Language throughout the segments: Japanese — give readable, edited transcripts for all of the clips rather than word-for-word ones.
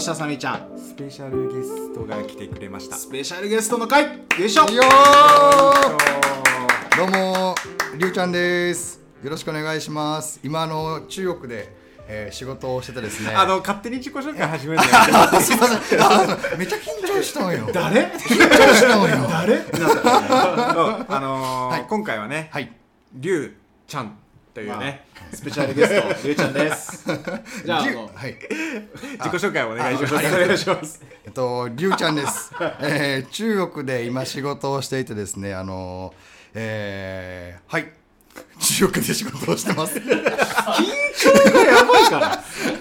したさみちゃん。 スペシャルゲストが来てくれました。 スペシャルゲストの回、よいしょ。 よーどうもりゅうちゃんです。よろしくお願いします。今中国で、仕事をしててですね、 勝手に自己紹介始めるのすいませんめっちゃ緊張したのよ。 誰緊張したのよ。 誰はい、今回はね、 はい、 りゅうちゃんというね、 スペシャルゲストりゅうちゃんです。じゃあ、 はい、 自己紹介をお願いします。 お願いします。 りゅうちゃんです。中国で今仕事をしていてですね、はい、中国で仕事をしてます。 緊張がやばいから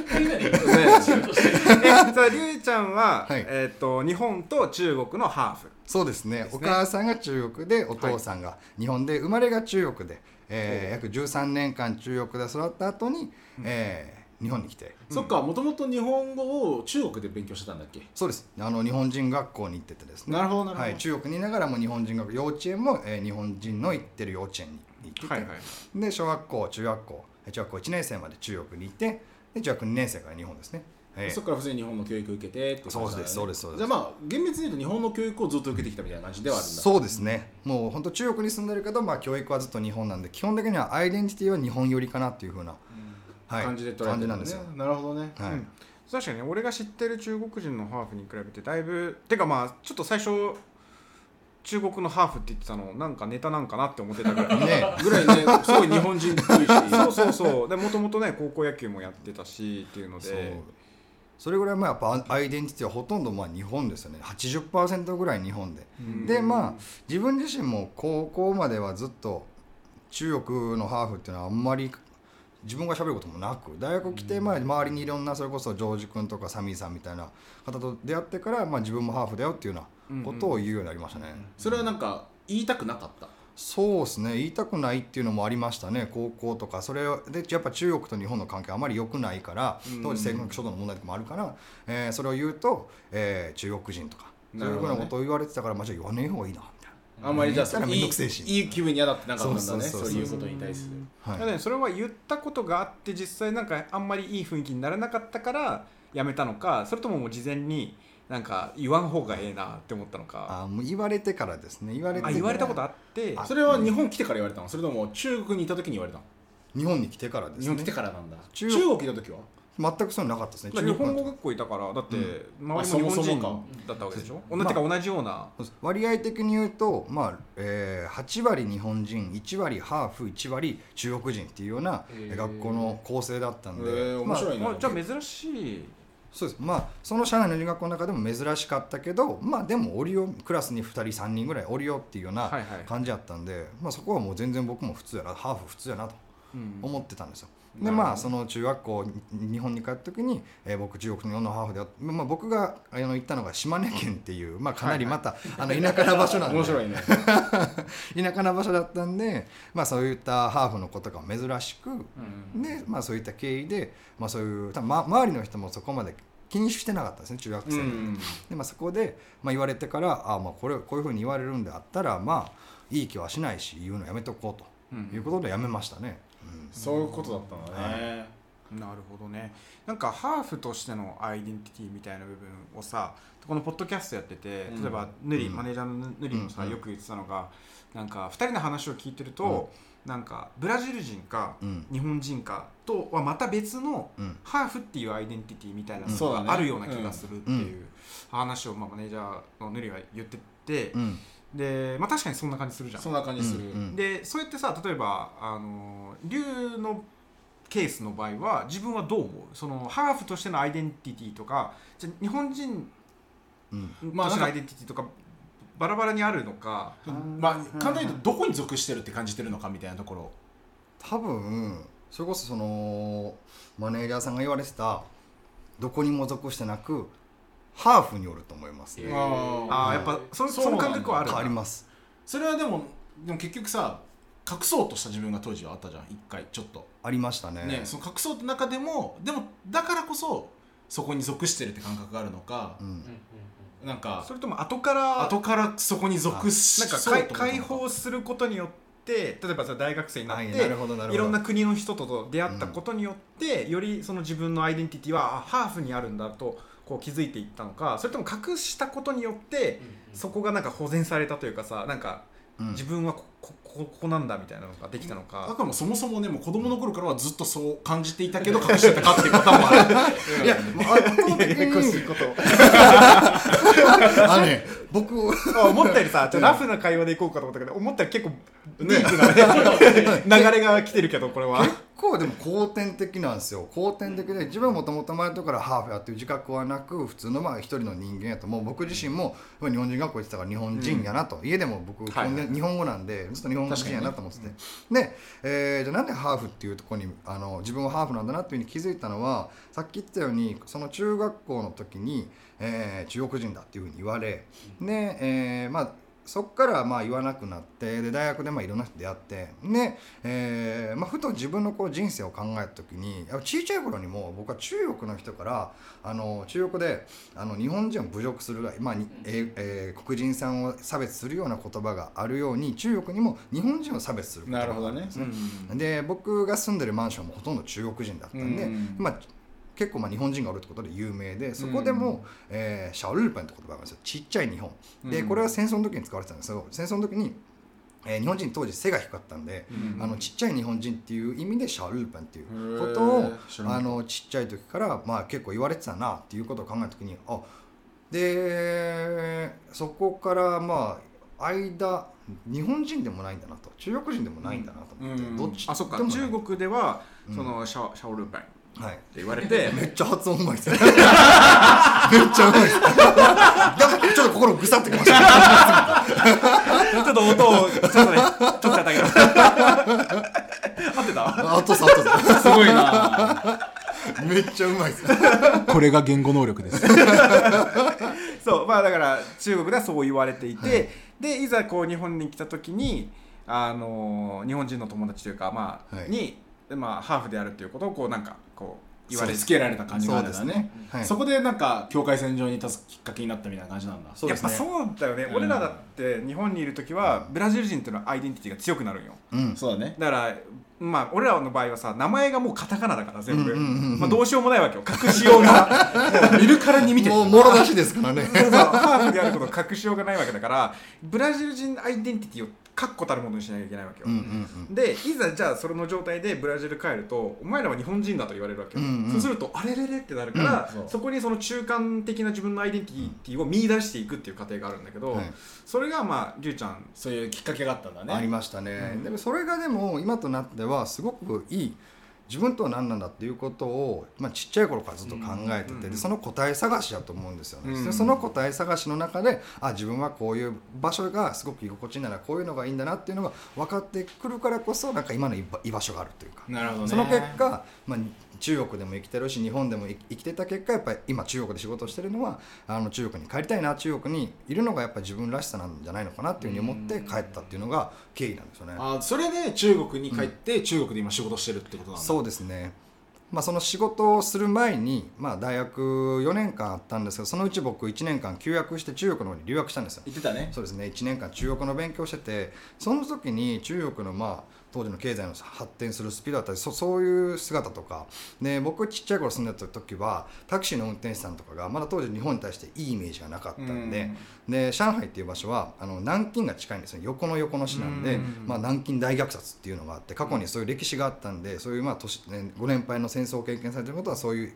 りゅうちゃんは、 はい、 日本と中国のハーフ。 そうですね。お母さんが中国で、お父さんが日本で、生まれが中国で、約13年間中国で育った後に、日本に来て、 そっか、もともと日本語を中国で勉強してたんだっけ。 そうです。日本人学校に行っててですね。 なるほどなるほど。 はい、中国にいながらも日本人学校、幼稚園も、日本人の行ってる幼稚園に行ってて、 はいはい、 で小学校中学校1年生まで中国に行って、で中学2年生から日本ですね。 そこから普通に日本の教育を受けてって感じだね。 そうです。 じゃあまあ厳密に言うと日本の教育をずっと受けてきたみたいな感じではあるんだ。 そうですね。もう本当中国に住んでるけど、教育はずっと日本なんで、基本的にはアイデンティティは日本寄りかなっていう風な、 感じで捉えてるんだね。 なんですよ。 なるほどね。 はい、 確かにね、俺が知ってる中国人のハーフに比べてだいぶ、てかちょっと最初中国のハーフって言ってたのなんかネタなんかなって思ってたぐらいねぐらいね、すごい日本人っぽいしそうで、もともとね高校野球もやってたしっていうので、 それぐらいやっぱアイデンティティはほとんど日本ですよね。 80% ぐらい日本で、で自分自身も高校まではずっと中国のハーフっていうのはあんまり自分が喋ることもなく、大学来て周りにいろんな、それこそジョージ君とかサミーさんみたいな方と出会ってから、自分もハーフだよっていうようなことを言うようになりましたね。 それはなんか言いたくなかった？ そうですね、言いたくないっていうのもありましたね。高校とかそれでやっぱ中国と日本の関係あまり良くないから、当時尖閣諸島の問題とかもあるから、それを言うと、中国人とかそういうふうなことを言われてたから、じゃあ言わねえ方がいいなみたいな。 あんまりじゃあめんどくせえし、 いい気分にはなってなかったんだね。そういうことに対する。 それは言ったことがあって実際なんかあんまりいい雰囲気にならなかったからやめたのか、それとももう事前になんか言わん方がええなって思ったのか。 もう言われてからですね。言われたことあって、 それは日本来てから言われたの？それとも中国にいた時に言われたの？ 日本に来てからですね。 日本来てからなんだ。中国いた時は全くそういうのなかったですね。 日本語学校いたから、だって周りも日本人だったわけでしょ。同じような割合的に言うと、8割日本人、1割ハーフ、1割中国人っていうような学校の構成だったんで、 面白いね。 じゃあ珍しい。 そうです。その社内の学校の中でも珍しかったけど、でもおりよ、クラスに2人3人ぐらいおりよっていうような感じだったんで、そこはもう全然僕も普通やな、ハーフ普通やなと思ってたんですよ。でその中学校日本に帰った時に、僕中国のハーフで、僕が行ったのが島根県っていう、かなりまた、田舎な場所なんで面白いね田舎な場所だったんで、そういったハーフの子とかも珍しく、でそういった経緯で、そういう周りの人もそこまで気にしてなかったですね、中学生で。そこで、言われてから、こういうふうに言われるんであったら、いい気はしないし言うのやめとこうということでやめましたね。 そういうことだったんだね。 なるほどね。なんかハーフとしてのアイデンティティみたいな部分をさ、このポッドキャストやってて、例えばマネージャーのヌリもさ、よく言ってたのが、なんか2人の話を聞いてると、なんかブラジル人か日本人かとはまた別のハーフっていうアイデンティティみたいなのがあるような気がするっていう話をマネージャーのヌリが言ってて、で確かにそんな感じするじゃん。 そんな感じする。 でそうやってさ、例えばリュウのケースの場合は自分はどう思う？そのハーフとしてのアイデンティティとか、じゃ日本人としてのアイデンティティとかバラバラにあるのか、 簡単に言うとどこに属してるって感じてるのかみたいなところ。 多分それこそマネージャーさんが言われてたどこにも属してなくハーフによると思います。 やっぱその感覚はある。 あります。 それはでも結局さ、隠そうとした自分が当時はあったじゃん。一回ちょっとありましたね。 その隠そうって中でもだからこそそこに属してるって感覚があるのか、なんかそれとも後からそこに属しそうなんか解放することによって、例えば大学生になって、 いろんな国の人と出会ったことによって、よりその自分のアイデンティティはハーフにあるんだとこう気づいていったのか、それとも隠したことによってそこがなんか保全されたというかさ、なんか自分はここなんだみたいなのができたのか。 だからもうそもそもね、もう子供の頃からはずっとそう感じていたけど隠してたかっていうパターンもある。 いや圧倒的にややこしいことね、僕思ったよりさ、ラフな会話でいこうかと思ったけど、思ったら結構ディープな、ね、流れが来てるけど、これは結構でも後天的なんですよ。後天的で、自分はもともと生まれたからハーフやっていう自覚はなく、普通の一人の人間やと、もう僕自身も日本人学校行ってたから日本人やなと、家でも僕、日本語なんでずっと日本人やなと思ってて、で、じゃあなんでハーフっていうところに自分はハーフなんだなっていうふうに気づいたのは、さっき言ったようにその中学校の時に、中国人だっていうふうに言われ、で、そこから言わなくなって、で大学でいろんな人出会って、で、ふと自分の人生を考えた時に、小さい頃にも僕は中国の人から中国で日本人を侮辱するぐらい、黒人さんを差別するような言葉があるように、中国にも日本人を差別する言葉があるんですね。で僕が住んでるマンションもほとんど中国人だったんで、結構日本人がおるってことで有名で、そこでも、シャオルーパンって言葉があるんですよ。ちっちゃい日本で、これは戦争の時に使われてたんですけど、戦争の時に、日本人当時背が低かったんで、ちっちゃい日本人っていう意味でシャオルーパンっていうことをちっちゃい時から結構言われてたなっていうことを考えた時に、でそこから日本人でもないんだなと、中国人でもないんだなと思って、どっちでも中国ではそのシャオルーパンって言われて、めっちゃ発音うまいですめっちゃうまいですだからちょっと心ぐさってきましたちょっと音をちょっとね取っちゃったけど合ってた？ 合ってたすごいなめっちゃうまいですこれが言語能力ですそう、だから中国ではそう言われていて、でいざ日本に来た時に日本人の友達というかにハーフであるということを言われつけられた感じがあるんだそうですね。 そこで境界線上に立つきっかけになったみたいな感じなんだ。 そうですね、やっぱそうだよね、俺らだって日本にいる時はブラジル人っていうのはアイデンティティが強くなるんよ、 そうだね。 だから俺らの場合はさ、名前がもうカタカナだから全部、どうしようもないわけよ、隠しようが見るからに見てるもうもろ出しですからねハーフであることを隠しようがないわけだから、ブラジル人アイデンティティを確固たるものにしなきゃいけないわけよ、でいざじゃあそれの状態でブラジル帰ると、お前らは日本人だと言われるわけよ、そうするとあれれれってなるから、そこにその中間的な自分のアイデンティティを見出していくっていう過程があるんだけど、それがりゅうちゃんそういうきっかけがあったんだね。 ありましたね、でもそれがでも今となってはすごくいい、自分とは何なんだっていうことを、ちっちゃい頃からずっと考えてて、でその答え探しだと思うんですよね、でその答え探しの中で自分はこういう場所がすごく居心地いいんだな、こういうのがいいんだなっていうのが分かってくるからこそ、今の居場所があるというか、 なるほどね、 その結果、中国でも生きてるし日本でも生きてた結果、やっぱり今中国で仕事をしてるのは中国に帰りたいな、中国にいるのがやっぱり自分らしさなんじゃないのかなっていうふうに思って帰ったっていうのが経緯なんですよね。 それで中国に帰って、中国で今仕事してるってことなんだ。 そうですね、その仕事をする前に、大学4年間あったんですけど、そのうち僕1年間休学して中国の方に留学したんですよ。 言ってたね。 そうですね、1年間中国の勉強してて、その時に中国の当時の経済の発展するスピードだったり、そういう姿とかで、僕ちっちゃい頃住んでた時はタクシーの運転手さんとかがまだ当時日本に対していいイメージがなかったんで、で上海っていう場所は南京が近いんですね、横の市なんで、南京大虐殺っていうのがあって、過去にそういう歴史があったんで、そういうご年配の戦争を経験されていることはそういう、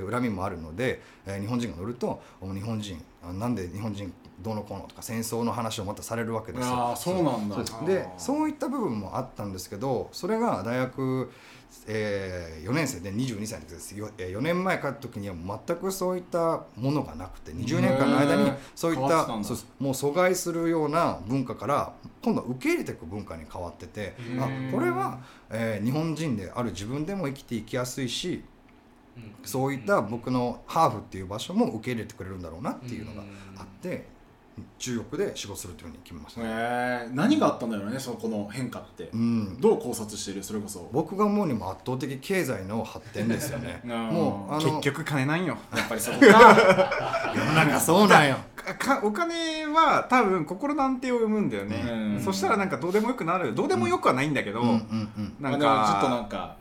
恨みもあるので、日本人が乗ると日本人なんで日本人どうのこうのとか戦争の話をまたされるわけですよ。 そうなんだ。 でそういった部分もあったんですけど、それが大学、4年生で22歳の時です。4年前帰った時には全くそういったものがなくて、20年間の間にそういったもう阻害するような文化から今度は受け入れていく文化に変わってて、これは、日本人である自分でも生きていきやすいし、そういった僕のハーフっていう場所も受け入れてくれるんだろうなっていうのがあって、中国で仕事するというふうに決めました、 何があったんだろうね、そこの変化って、どう考察してる？それこそ僕が思うにも圧倒的経済の発展ですよねもう結局金なんよ、 やっぱりそこか世の中そうなんよお金は多分心の安定を生むんだよね、そしたらどうでもよくなる、どうでもよくはないんだけど、 なんかずっと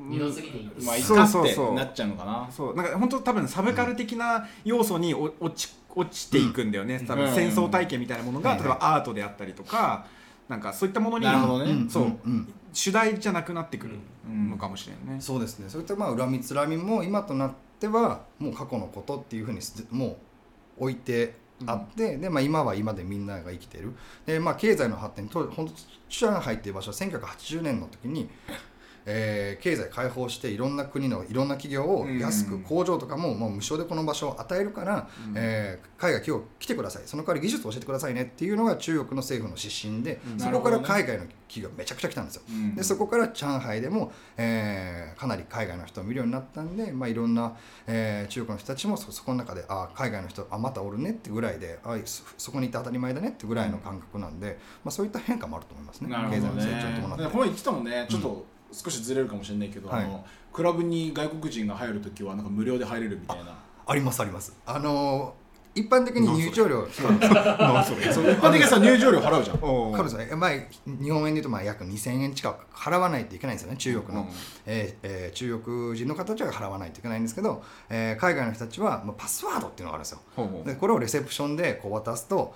二度過ぎていい、 まあいっかってなっちゃうのかな。 そうなんか本当多分サブカル的な要素に落ちていくんだよね、多分戦争体験みたいなものが、例えばアートであったりとかなんかそういったものに、そう、主題じゃなくなってくるのかもしれないね。 そうですね。そういったまあ恨みつらみも今となってはもう過去のことっていうふうにもう置いてあって、でまあ、今は今でみんなが生きてる。で、まあ、経済の発展と本当上海っていう場所は1980年の時に、経済開放していろんな国のいろんな企業を安く工場とかも、もう無償でこの場所を与えるから、海外企業来てください、その代わり技術を教えてくださいねっていうのが中国の政府の指針で、そこから海外の企業めちゃくちゃ来たんですよ。でそこから上海でも、かなり海外の人を見るようになったんで、まあ、いろんな、中国の人たちもそこの中で海外の人またおるねってぐらいでそこにいて当たり前だねってぐらいの感覚なんで、まあ、そういった変化もあると思いますね。経済の成長に伴って。 この言ってたもんね、ちょっと少しずれるかもしれないけど、クラブに外国人が入るときはなんか無料で入れるみたいな。 ありますあります。一般的に入場料一般的にさ入場料払うじゃん。 払うんですね。まあ、日本円で言うとまあ約2000円近く払わないといけないんですよね、中国の、中国人の方たちは払わないといけないんですけど、海外の人たちは、まあ、パスワードっていうのがあるんですよ。でこれをレセプションでこう渡すと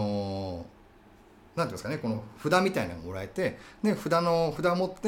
なんていうんですかね、この札みたいなのがもらえて、で札を持って、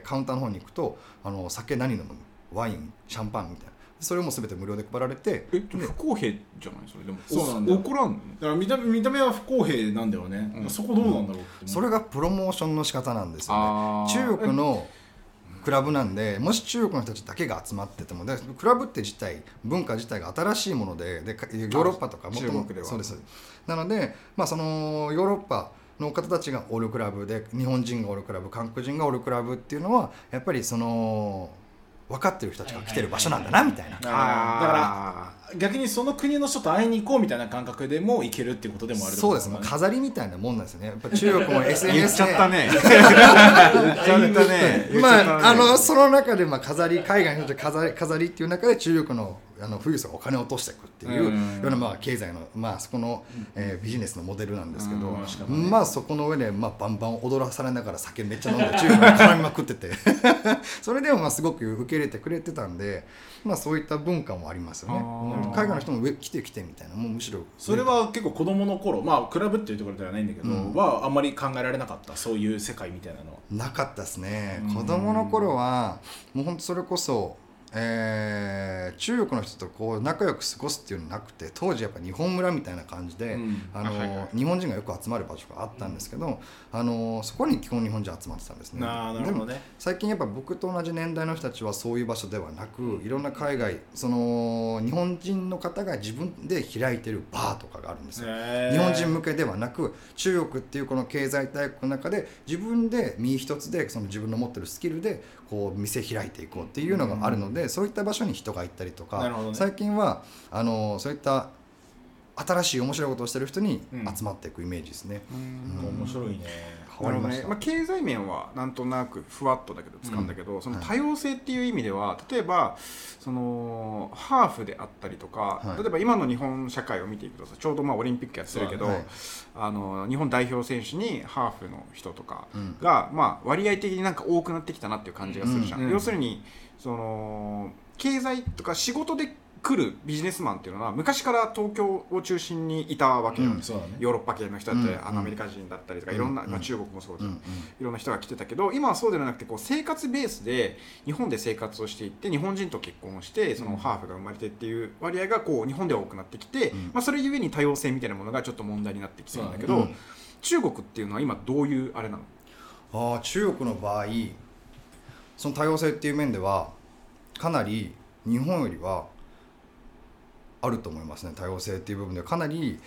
カウンターの方に行くと酒何飲む、ワイン、シャンパンみたいな、それも全て無料で配られて。 不公平じゃないそれでも。 そうなんだよ。 怒らんのだから見た目は不公平なんだよね、そこどうなんだろうって。 それがプロモーションの仕方なんですよね。中国のクラブなんで、もし中国の人たちだけが集まってても、でクラブって文化自体が新しいもので、ヨーロッパとかもっとも中国ではそうです。なので、まあ、そのヨーロッパの方たちがおるクラブで、日本人がおるクラブ、韓国人がおるクラブっていうのはやっぱりその分かってる人たちが来てる場所なんだなみたいな。 だから逆にその国の人と会いに行こうみたいな感覚でも行けるっていうことでもある。 そうです。もう飾りみたいなもんなんですよね。やっぱ中国も SNS で言っちゃったね。言っちゃったね。 まあその中でまあ海外の人たち飾りっていう中で中国の富裕層がお金を落としていくっていうようなまあ経済のまあそこのビジネスのモデルなんですけど、まあそこの上でまあバンバン踊らされながら酒めっちゃ飲んで中国に絡みまくっててそれでもまあすごく受け入れてくれてたんで、まあそういった文化もありますよね。海外の人も来てみたいな、もうむしろそれは結構子供の頃、まあクラブっていうところではないんだけど、はあんまり考えられなかった。そういう世界みたいなのはなかったですね。子供の頃はもう本当それこそ中国の人とこう仲良く過ごすっていうのなくて、当時やっぱ日本村みたいな感じで、日本人がよく集まる場所があったんですけど、そこに基本日本人集まってたんですね。でも最近やっぱ僕と同じ年代の人たちはそういう場所ではなく、いろんな海外その日本人の方が自分で開いてるバーとかがあるんですよ。日本人向けではなく、中国っていうこの経済大国の中で自分で身一つでその自分の持ってるスキルでこう店開いていこうっていうのがあるので、そういった場所に人が行ったりとか、最近はそういった新しい面白いことをしてる人に集まっていくイメージですね。 面白いね。 変わりました。経済面はなんとなくふわっとだけど掴んだけど、その多様性っていう意味では、例えばそのハーフであったりとか、例えば今の日本社会を見ていくとさ、ちょうどまあオリンピックやってるけど、日本代表選手にハーフの人とかがまあ割合的になんか多くなってきたなっていう感じがするじゃん。要するにその経済とか仕事で来るビジネスマンっていうのは昔から東京を中心にいたわけよ。ヨーロッパ系の人だって、アメリカ人だったりとかいろんな、中国もそうだ、いろんな人が来てたけど、今はそうではなくてこう生活ベースで日本で生活をしていって、日本人と結婚をしてそのハーフが生まれてっていう割合がこう日本では多くなってきて、まあ、それゆえに多様性みたいなものがちょっと問題になってきてるんだけど、中国っていうのは今どういうあれなの？ 中国の場合その多様性っていう面ではかなり日本よりはあると思いますね。多様性っていう部分ではかなり、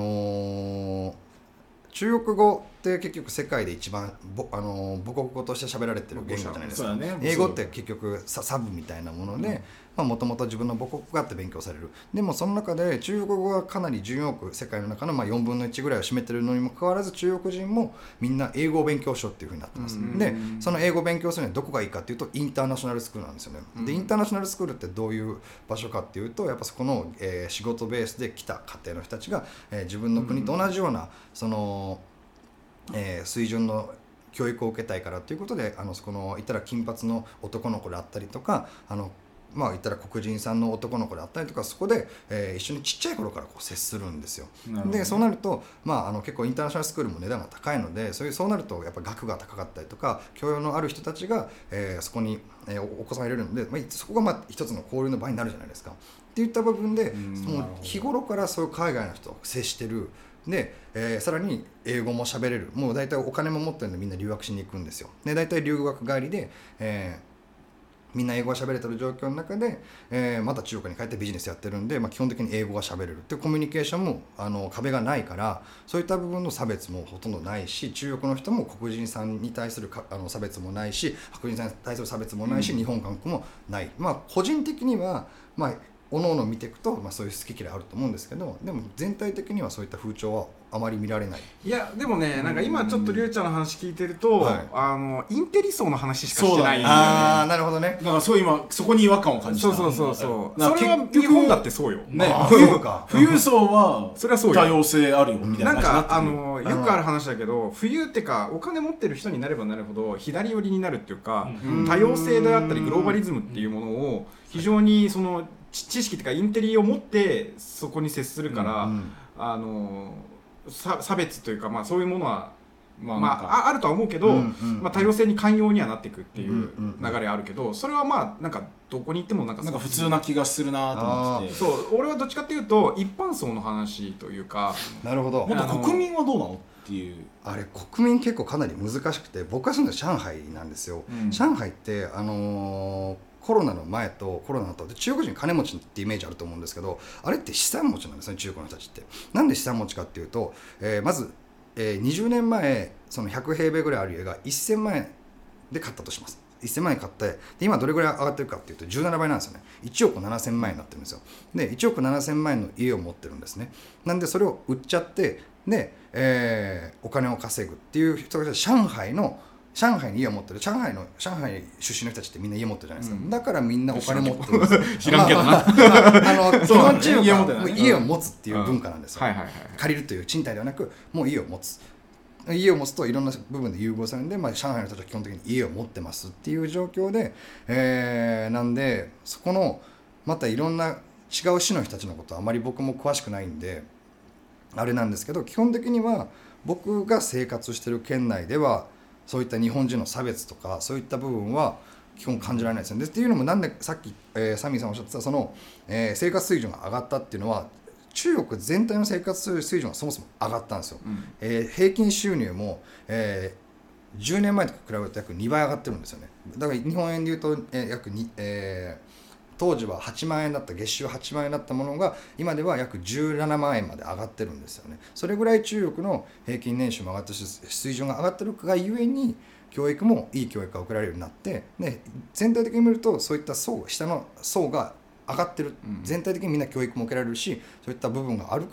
中国語って結局世界で一番母国語として喋られてる言語じゃないですか。英語って結局サブみたいなもので、もともと自分の母国語があって勉強される。でもその中で中国語がかなり14億世界の中の4分の1ぐらいを占めてるのにもかかわらず、中国人もみんな英語を勉強しようっていう風になってます。でその英語を勉強するにはどこがいいかっていうとインターナショナルスクールなんですよね。でインターナショナルスクールってどういう場所かっていうと、やっぱそこの、仕事ベースで来た家庭の人たちが、自分の国と同じようなその水準の教育を受けたいからということでそこの言ったら金髪の男の子であったりとか言ったら黒人さんの男の子であったりとかそこで、一緒にちっちゃい頃から接するんですよ。でそうなると、結構インターナショナルスクールも値段が高いのでそうなるとやっぱ額が高かったりとか教養のある人たちが、そこに、お子さんを入れるので、そこが一つの交流の場になるじゃないですかっていった部分で、もう日頃からそういう海外の人と接してるで、さらに英語も喋れるもう大体お金も持ってるんでみんな留学しに行くんですよ。で大体留学帰りで、みんな英語が喋れてる状況の中で、また中国に帰ってビジネスやってるんで、基本的に英語が喋れるっていうコミュニケーションも壁がないからそういった部分の差別もほとんどないし中国の人も黒人さんに対する差別もないし白人さんに対する差別もないし、日本韓国もない。個人的にはおのおの見ていくと、そういう好き嫌いあると思うんですけどでも全体的にはそういった風潮はあまり見られない。 いやでもねなんか今ちょっとりゅうちゃんの話聞いてると、インテリ層の話しかしてないんだよね。 ああなるほどね。 だからそう今そこに違和感を感じた。 そうそれは日本だってそうよね。富裕層はそれはそうよ多様性あるよみたいななんかよくある話だけど富裕ってかお金持ってる人になればなるほど左寄りになるっていうか、多様性であったりグローバリズムっていうものを非常にその知識っていうかインテリを持ってそこに接するから、差別というか、そういうものは、あるとは思うけど、多様性に寛容にはなっていくっていう流れあるけどそれはなんかどこに行ってもなんか普通な気がするなと思っててそう俺はどっちかっていうと一般層の話というかなるほどもっと国民はどうなのっていうあれ国民結構かなり難しくて僕が住んでる上海なんですよ、上海ってコロナの前とコロナの後で中国人金持ちってイメージあると思うんですけどあれって資産持ちなんですね中国の人たちって。なんで資産持ちかっていうと、まず、20年前その100平米ぐらいある家が1000万円で買ったとします。1000万円買ってで今どれぐらい上がってるかっていうと17倍なんですよね。1億7000万円になってるんですよ。で1億7000万円の家を持ってるんですね。なんでそれを売っちゃってで、お金を稼ぐっていう人が上海に家を持ってる上海出身の人たちってみんな家持ってるじゃないですか、だからみんなお金持ってるんです知らんけどな基本中国は家を持つっていう文化なんですよ、借りるという賃貸ではなくもう家を持つといろんな部分で融合されるんで、上海の人たちは基本的に家を持ってますっていう状況で、なんでそこのまたいろんな違う種の人たちのことはあまり僕も詳しくないんであれなんですけど基本的には僕が生活してる県内ではそういった日本人の差別とかそういった部分は基本感じられないですね。っていうのもなんでさっき、サミーさんおっしゃってたその、生活水準が上がったっていうのは中国全体の生活水準がそもそも上がったんですよ、平均収入も、10年前と比べると約2倍上がってるんですよね。だから日本円でいうと、約2、当時は8万円だった月収8万円だったものが今では約17万円まで上がってるんですよね。それぐらい中国の平均年収も上がって水準が上がってるがゆえに教育もいい教育が受けられるようになってで全体的に見るとそういった下の層が上がってる、全体的にみんな教育も受けられるしそういった部分があるから、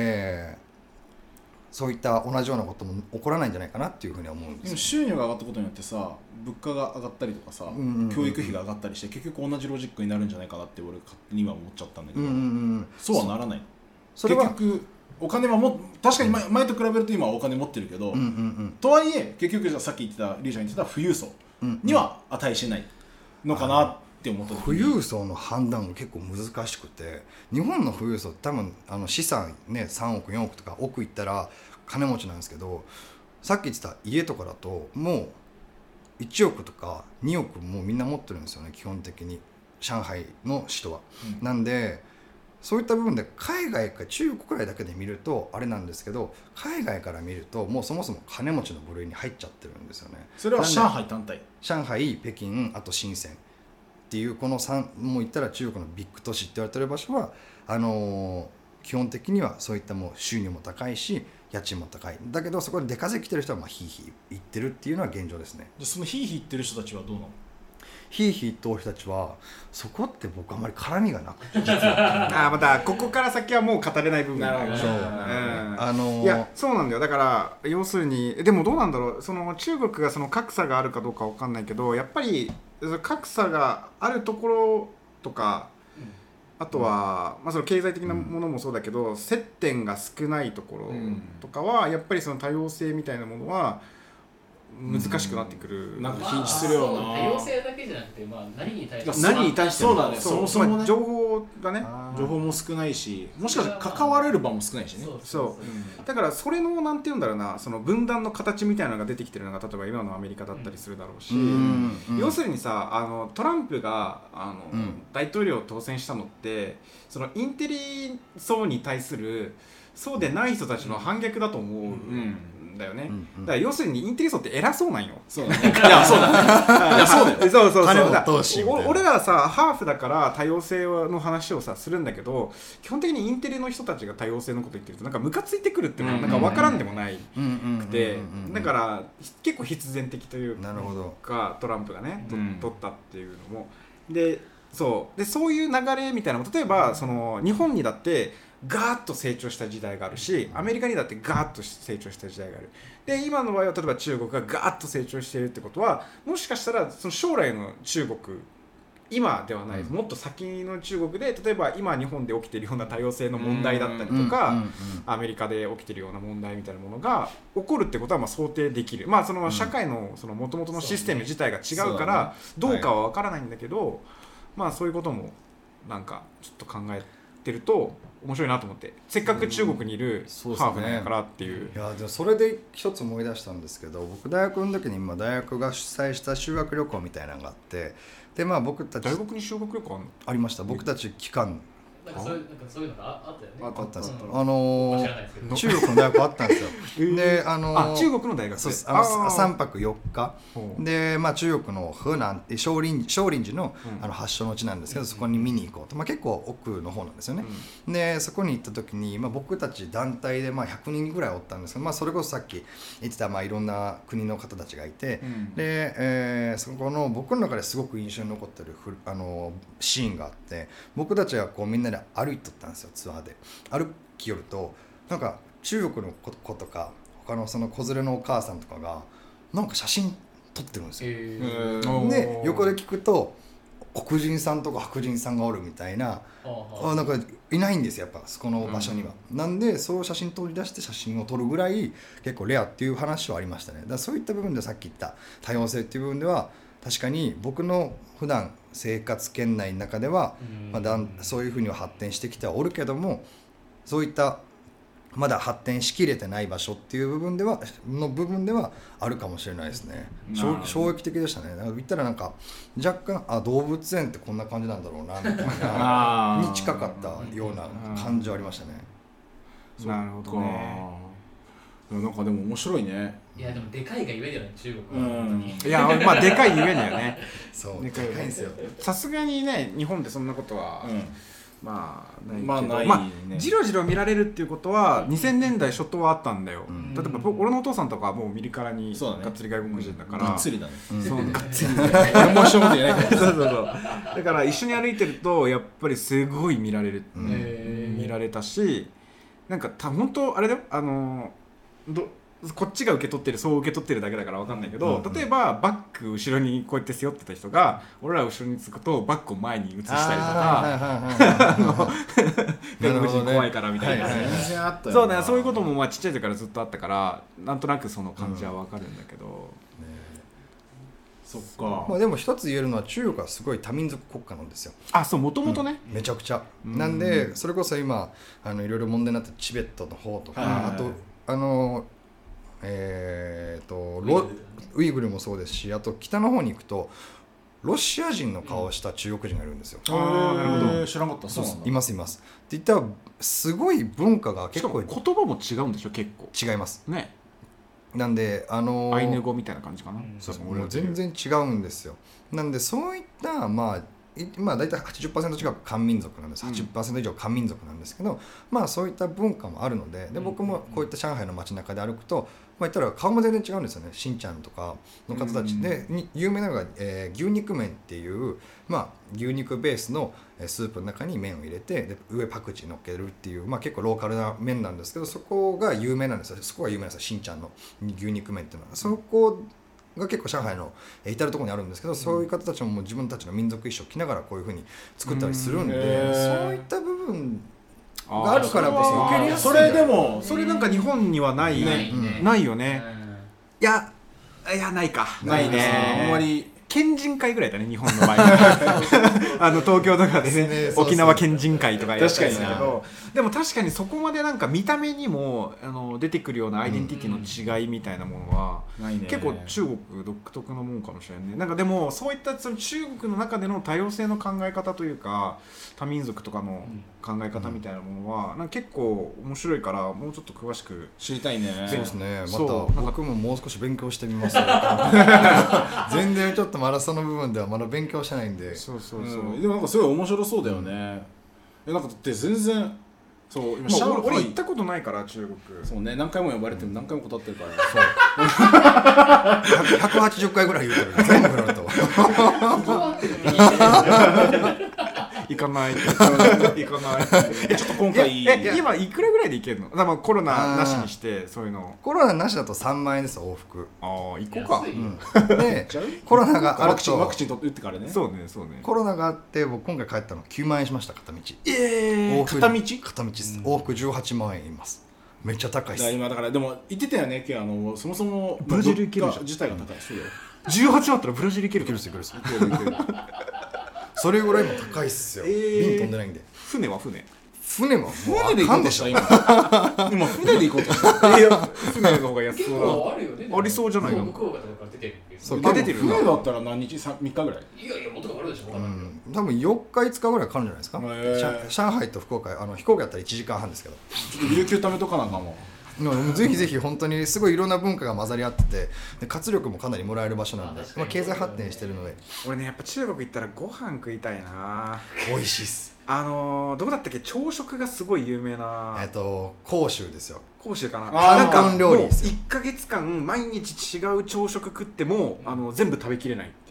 そういった同じようなことも起こらないんじゃないかなっていうふうには思うんですよ。 収入が上がったことによってさ物価が上がったりとかさ、教育費が上がったりして結局同じロジックになるんじゃないかなって俺勝手に今思っちゃったんだけど、そうはならない。結局お金は確かに前と比べると今はお金持ってるけど、とはいえ結局じゃあさっき言ってたリュウちゃんが言ってた富裕層には値しないのかなって思った時に、 富裕層の判断が結構難しくて日本の富裕層って多分資産ね3億4億とか億いったら金持ちなんですけどさっき言ってた家とかだともう1億とか2億もうみんな持ってるんですよね基本的に上海の人は、なんでそういった部分で海外か中国くらいだけで見るとあれなんですけど海外から見るともうそもそも金持ちの部類に入っちゃってるんですよね。 それは上海単体上海北京あと深センっていうこの3もう言ったら中国のビッグ都市って言われてる場所は基本的にはそういったもう収入も高いし家賃も高いだけどそこで出稼ぎ来てる人はヒーヒー言ってるっていうのは現状ですね。 でそのヒーヒー言ってる人たちはどうなの？ ヒーヒーと人たちはそこって僕あんまり絡みがなくて実はまたここから先はもう語れない部分がある。いやそうなんだよ。だから要するにでもどうなんだろうその中国がその格差があるかどうかわかんないけどやっぱり格差があるところとかあとは、その経済的なものもそうだけど、接点が少ないところとかはやっぱりその多様性みたいなものは難しくなってくる、 なんか禁止するような、 多様性だけじゃなくて、何に対してそうだね、そもそもね、 情報がね、 情報も少ないし、もしかしたら関われる場も少ないしね。 だからそれのなんていうんだろうな、その分断の形みたいなのが出てきてるのが例えば今のアメリカだったりするだろうし、要するにさ、トランプが大統領を当選したのってそのインテリ層に対するそうでない人たちの反逆だと思うんだよね。だから要するにインテリ層って偉そうなんよ。 そうだね。いやそうだね。いやそうだよ。 そう金を通しみたいな。 俺らさハーフだから多様性の話をさするんだけど、基本的にインテリの人たちが多様性のこと言ってるとなんかムカついてくるっていうのはなんか分からんでもないくて、だから結構必然的というかトランプがね取ったっていうのもで、そういう流れみたいなのも例えばその日本にだってガーッと成長した時代があるし、アメリカにだってガーッと成長した時代がある。で今の場合は例えば中国がガーッと成長しているってことは、もしかしたらその将来の中国、今ではない、もっと先の中国で例えば今日本で起きているような多様性の問題だったりとか、アメリカで起きているような問題みたいなものが起こるってことはまあ想定できる。まあその社会のその元々のシステム自体が違うからどうかは分からないんだけど、まあそういうこともなんかちょっと考えてると面白いなと思って、せっかく中国にいるハーフなんだからっていう。 いやでもそれで一つ思い出したんですけど、僕大学の時に大学が主催した修学旅行みたいなのがあって、でまあ僕たち大学に修学旅行ありました。僕たち期間なんかそういうのがあったよね。 あったんです。 知らないですけど中国の大学あったんですよ。で中国の大学そうです3泊4日で、まあ、中国の河南って少林寺の、発祥の地なんですけど、そこに見に行こうと、まあ、結構奥の方なんですよね。でそこに行った時に、まあ、僕たち団体でまあ100人ぐらいおったんですけど、まあ、それこそさっき言ってたまあいろんな国の方たちがいて、で、そこの僕の中ですごく印象に残ってるシーンがあって、僕たちはこうみんなで歩いとったんですよ、ツアーで。歩きよるとなんか中国の子とか他のその子連れのお母さんとかがなんか写真撮ってるんですよ。で横で聞くと黒人さんとか白人さんがおるみたいな、なんかいないんですよやっぱそこの場所には。なんでそういう写真取り出して写真を撮るぐらい結構レアっていう話はありましたね。だからそういった部分でさっき言った多様性っていう部分では確かに僕の普段生活圏内の中では、そういうふうには発展してきてはおるけども、そういったまだ発展しきれてない場所っていう部分ではあるかもしれないですね。衝撃的でしたね。だから言ったらなんか若干動物園ってこんな感じなんだろうなみたいなに近かったような感じはありましたね。 なるほどね。 なんかでも面白いね。 いやでもでかいがゆえだよね、中国は本当に。 いやまあでかいゆえだよね。 そうでかいんですよ。 さすがにね日本でそんなことは、まあないけど、 ないね。 じろじろ見られるっていうことは2000年代初頭はあったんだよ。例えば俺のお父さんとかはもう見るからにがっつり外国人だから、 がっつりだね。 がっつり。 俺も一緒のこと言えないから。 そうだから一緒に歩いてるとやっぱりすごい見られる、見られたし、なんか本当あれだよ、こっちが受け取ってる、そう受け取ってるだけだから分かんないけど、例えばバッグ後ろにこうやって背負ってた人が俺ら後ろにつくとバッグを前に移したりとか、外国人怖いからみたいな、そうね、そういうこともまあちっちゃい時からずっとあったから、なんとなくその感じは分かるんだけど、 そっか。 まあでも一つ言えるのは中国はすごい多民族国家なんですよ。 そう、もともとね、 めちゃくちゃなんで、それこそ今いろいろ問題になってるチベットの方とか、あとウイグルもそうですし、あと北の方に行くとロシア人の顔をした中国人がいるんですよ。 なるほど、知らなかった。そうなんだ。 いますって言ったらすごい文化が結構言葉も違うんでしょ。結構違いますね。 なんでアイヌ語みたいな感じかな。 もう全然違うんですよ。なんでそういったまあ大体 80% 近く漢民族なんです。 80% 以上漢民族なんですけど、まあそういった文化もあるので、僕もこういった上海の街中で歩くと、言ったら顔も全然違うんですよね。しんちゃんとかの方たちで、有名なのが、牛肉麺っていう、牛肉ベースのスープの中に麺を入れて、で上パクチー乗っけるっていう、結構ローカルな麺なんですけど、そこが有名なんですよ。そこが有名なんですよ、しんちゃんの牛肉麺っていうのは。そこが結構上海の至るところにあるんですけど、そういう方たちも自分たちの民族衣装を着ながらこういう風に作ったりするんで、そういった部分があるからこそ受け入れやすい。 それなんか日本にはないよね。いやいやないかないねあんまり県人会ぐらいだね日本の場合東京とかでね沖縄県人会とかやったんですけどでも確かにそこまでなんか見た目にも出てくるようなアイデンティティの違いみたいなものは、結構中国独特のもんかもしれないね。なんかでもそういったその中国の中での多様性の考え方というか多民族とかの考え方みたいなものはなんか結構面白いからもうちょっと詳しく知りたいね。 そうですね。また僕ももう少し勉強してみます全然ちょっとまだその部分ではまだ勉強してないんで。 そうでもなんかすごい面白そうだよね。なんかだって全然そう今俺行ったことないから中国。 そうね何回も呼ばれても何回も断ってるからそう180回ぐらい言うてる全部なると行かないちょっと今回今いくらぐらいで行けるの？だからコロナなしにしてそういうの。 コロナなしだと3万円です往復。 ああ行こうか。 でコロナがあるとワクチン打ってからね。 そうね。 コロナがあって僕今回帰ったの9万円しました片道。 片道です。往復18万円います。めっちゃ高いです。 今だからでも言ってたよね。そもそもブラジル行けるじゃん。 自体が高い。そうよ。 18あったらブラジル行ける。 それぐらいも高いっすよ。便飛んでないんで。 船は船で行こうとした今船で行こうとした船の方が安そうだ。ありそうじゃないの。 向こうが出てる。 出てる。 船だったら何日3日ぐらい。 いやもっとかかるでしょ。 多分4日5日ぐらいかかるんじゃないですか。上海と福岡飛行機だったら1時間半ですけど。 ちょっと有給貯めとかなんかも。 ぜひぜひ本当にすごいいろんな文化が混ざり合っててで活力もかなりもらえる場所なんで、経済発展してるので。 俺ねやっぱ中国行ったらご飯食いたいな。 美味しいっす。 どこだったっけ朝食がすごい有名な広州ですよ。 広州かな。 なんかもう 1ヶ月間毎日違う朝食食っても全部食べきれないっていう。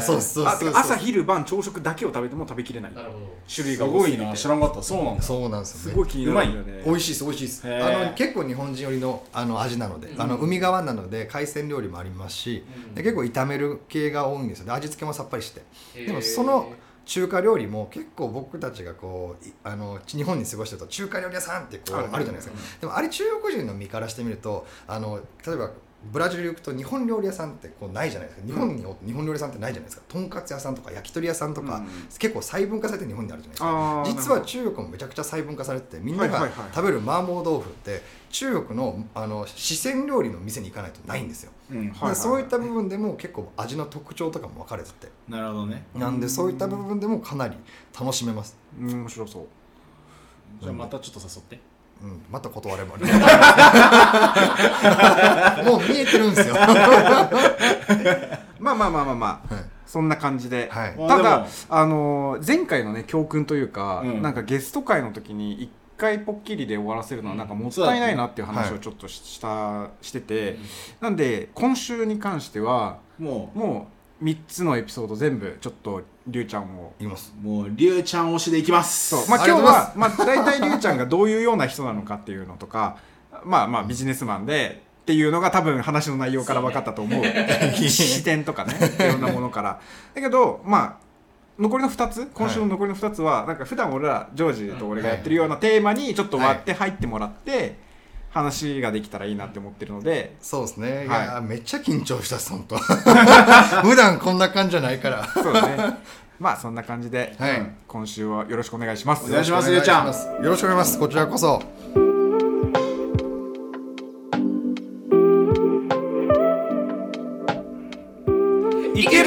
そう朝昼晩朝食だけを食べても食べきれない。種類が多いな。知らんかった。そうなんですよね。 すごい気になるんだよね。 美味しいです。結構日本人寄りの味なので海側なので海鮮料理もありますし結構炒める系が多いんですよね。味付けもさっぱりして。でもその中華料理も結構僕たちがこう日本に過ごしてると中華料理屋さんってこうあるじゃないですか。でもあれ中国人の身からしてみると例えばブラジル行くと日本料理屋さんってこうないじゃないですか。日本料理屋さんってないじゃないですか。とんかつ屋さんとか焼き鳥屋さんとか、結構細分化されて日本にあるじゃないですか。実は中国もめちゃくちゃ細分化されててみんなが食べる麻婆豆腐って中国の四川料理の店に行かないとないんですよ。そういった部分でも結構味の特徴とかも分かれてて。 なるほどね。 なんでそういった部分でもかなり楽しめます。 面白そう。 じゃあまたちょっと誘って。 また断ればねもう見えてるんですよまあ、そんな感じで、ただ前回のね教訓というか、なんかゲスト会の時に1回ポッキリで終わらせるのはなんかもったいないなっていう話をちょっとしてて、なんで今週に関してはもう3つのエピソード全部ちょっとりゅうちゃんを言います。 もうりゅうちゃん推しでいきます。 そう、今日は大体りゅうちゃんがどういうような人なのかっていうのとかビジネスマンでっていうのが多分話の内容から分かったと思う視点とかねいろんなものからだけど残りの2つ今週の残りの2つはなんか普段俺らジョージと俺がやってるようなテーマにちょっと割って入ってもらって話ができたらいいなって思ってるので。 そうですね。いやめっちゃ緊張した本当普段こんな感じじゃないからそうね。そんな感じで、今週はよろしくお願いします。 お願いします。りゅうちゃんよろしくお願いします。こちらこそ。 いける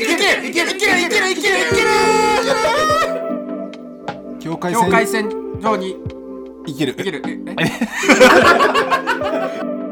境界線上にいける